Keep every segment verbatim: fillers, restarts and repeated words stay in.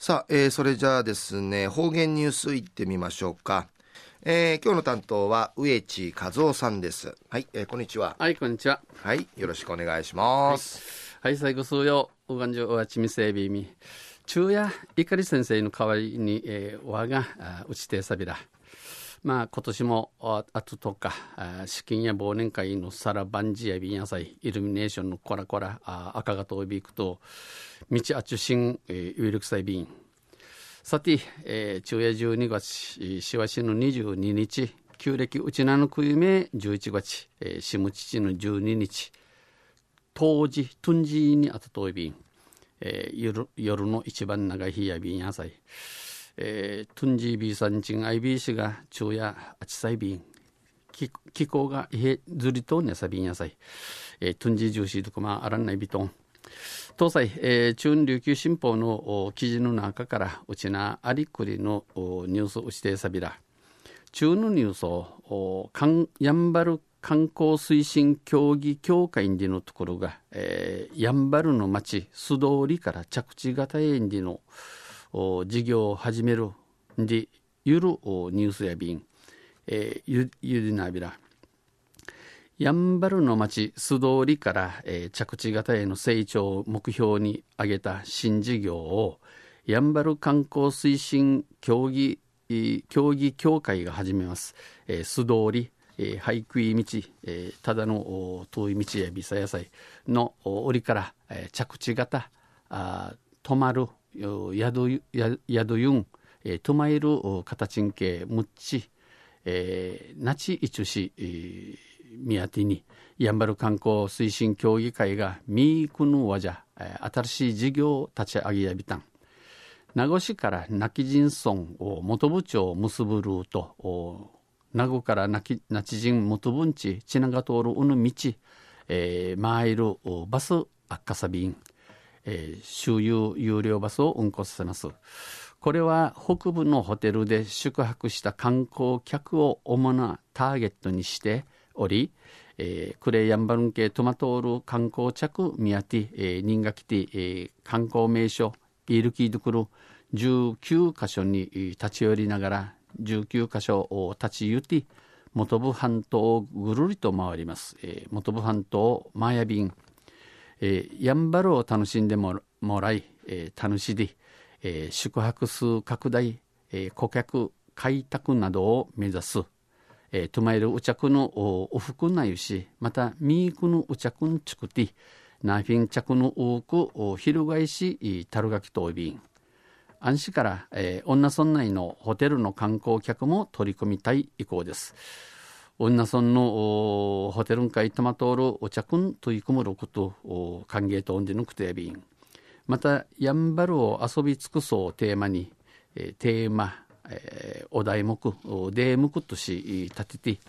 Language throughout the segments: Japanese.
さあ、えー、それじゃあですね、方言ニュースいってみましょうか。えー、今日の担当は植地和夫さんです。はい、えー、こんにちは。 はい、こんにちは。 はい、よろしくお願いします。 はい、はい、最後数曜おがんじょうはちみせびみ昼夜いかり先生の代わりに、えー、わがうちてさびら。まあ今年もあととおか資金や忘年会のさらばんじやびんやさいイルミネーションのコラコラあ赤が遠びくと道あちゅしんウイルクサイビンさて、えー、昼夜じゅうにがつしわしのにじゅうににち旧暦うちなのくゆめじゅういちがつ、えー、しむちちのじゅうににち当時トゥンジーにあたといびん、えー、夜, 夜の一番長い日やびんやさいえー、トゥンジービーさんちん アイビー 氏が昼夜あちさいびん気候がへずりとねさびんやさい、えー、トゥンジージューシーとかまああらんないびとん東西、えー、中琉球新報の記事の中からうちなありくりのニュースをしてさびら中のニュースをやんばる観光推進協議協会でのところが、えー、やんばるの町素通りから着地型園での事業を始めるでゆるニュースやびん、えー、ゆゆりなびらやんばるの町素通りから、えー、着地型への成長を目標に挙げた新事業をやんばる観光推進協議協議協会が始めます、えー、素通りえー、俳句い道、えー、ただの遠い道やびさ野菜の折から、えー、着地型あ止まる宿宿ゆん、えー、止まえる形んけむっち、えー、なちいちゅし、えー、みやてにやんばる観光推進協議会がみーくぬわじゃ、えー、新しい事業を立ち上げやびたん名護市から亡き人村を元部町を結ぶルート名護から那智人元分地ちなが通るうぬ道、えー、マイルバスあっかさ便、えー、周遊有料バスを運行させます。これは北部のホテルで宿泊した観光客を主なターゲットにしており、えー、クレイヤンバルン系トマトール観光着宮ティ、えー、新垣ティ、えー、観光名所イルキードクルじゅうきゅうか所に立ち寄りながらじゅうきゅうか所を立ち寄って本部半島をぐるりと回ります、えー、本部半島マーヤ便、えー、やんばるを楽しんでもらい、えー、楽しで、えー、宿泊数拡大、えー、顧客開拓などを目指す、えー、とまえるうちゃくのおふくなゆしまたみーくのうちゃくんちくてなフィンちゃくの多く翻したるがきといびん安市から、えー、女村内のホテルの観光客も取り込みたい意向です。女村のホテルんかいとまとるお茶くん取り組むること歓迎とんじぬくてびん。またやんばるを遊び尽くそうテーマに、えー、テーマ、えー、お題目題目とし立てて、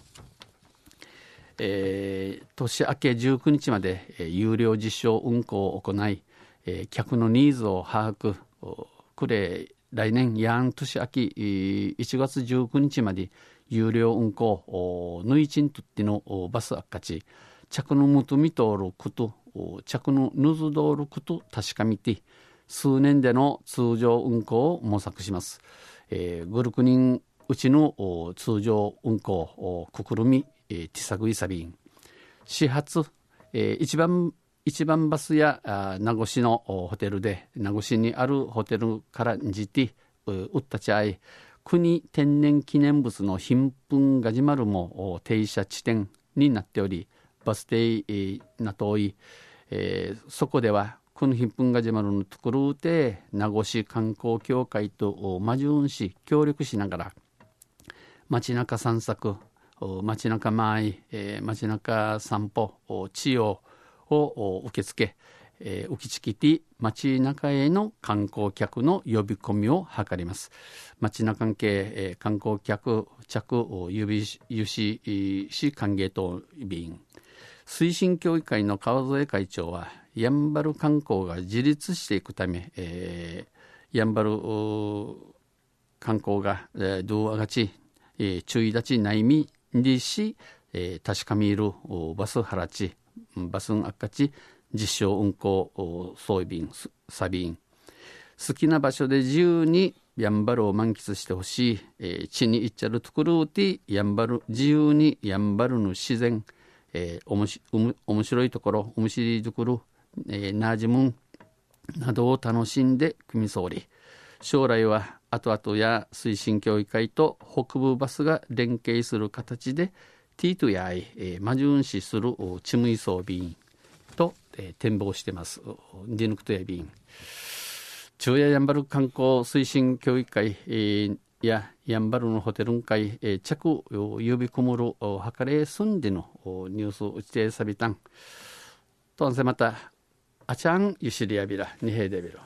えー、年明けじゅうくにちまで、えー、有料実証運行を行い、えー、客のニーズを把握くれ来年やん年秋いちがつじゅうくにちまで有料運行ぬいちんとってのバスあっかち着のむとみとおること着のぬずどおること確かみて数年での通常運行を模索します、えー、ご、ろくにんうちの通常運行くくるみティサグイサビン始発、えー、一番一番バスや名護市のホテルで名護市にあるホテルからじてうったちあい国天然記念物の貧困ガジマルも停車地点になっておりバス停なとい、えー、そこではこの貧困ガジマルのところで名護市観光協会とマジュン市協力しながら街中散策街中舞い、えー、街中散歩地用を受け付け、えー、浮きちきて街中への観光客の呼び込みを図ります。街中関係、えー、観光客着指ゆしし歓迎等便推進協議会の川添会長はやんばる観光が自立していくため、えー、やんばる観光が、えー、どうあがち、えー、注意立ちないみにし、えー、確かみいるバスハラチバスンアッカチ実証運行装備便サビン好きな場所で自由にやんばるを満喫してほしい、えー、地に行っちゃるところでやんばる自由にやんばるの自然、えー、おもしおも面白いところおもしりところ、えー、なじむなどを楽しんで組み総理、将来は後々や推進協議会と北部バスが連携する形で ティーツー やい、えー、マジュンシするチムイソービンと、えー、展望してます。ディヌクトヤビン中夜やんばる観光推進協議会、えー、ややんばるのホテル会、えー、着呼び込むるはかれすんでのニュースうちてさびたんとんせまたあちゃんゆしりやびらにへいでびろ。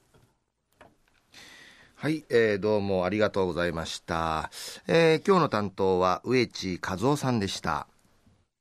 はい、えー、どうもありがとうございました。えー、今日の担当は植地和夫さんでした。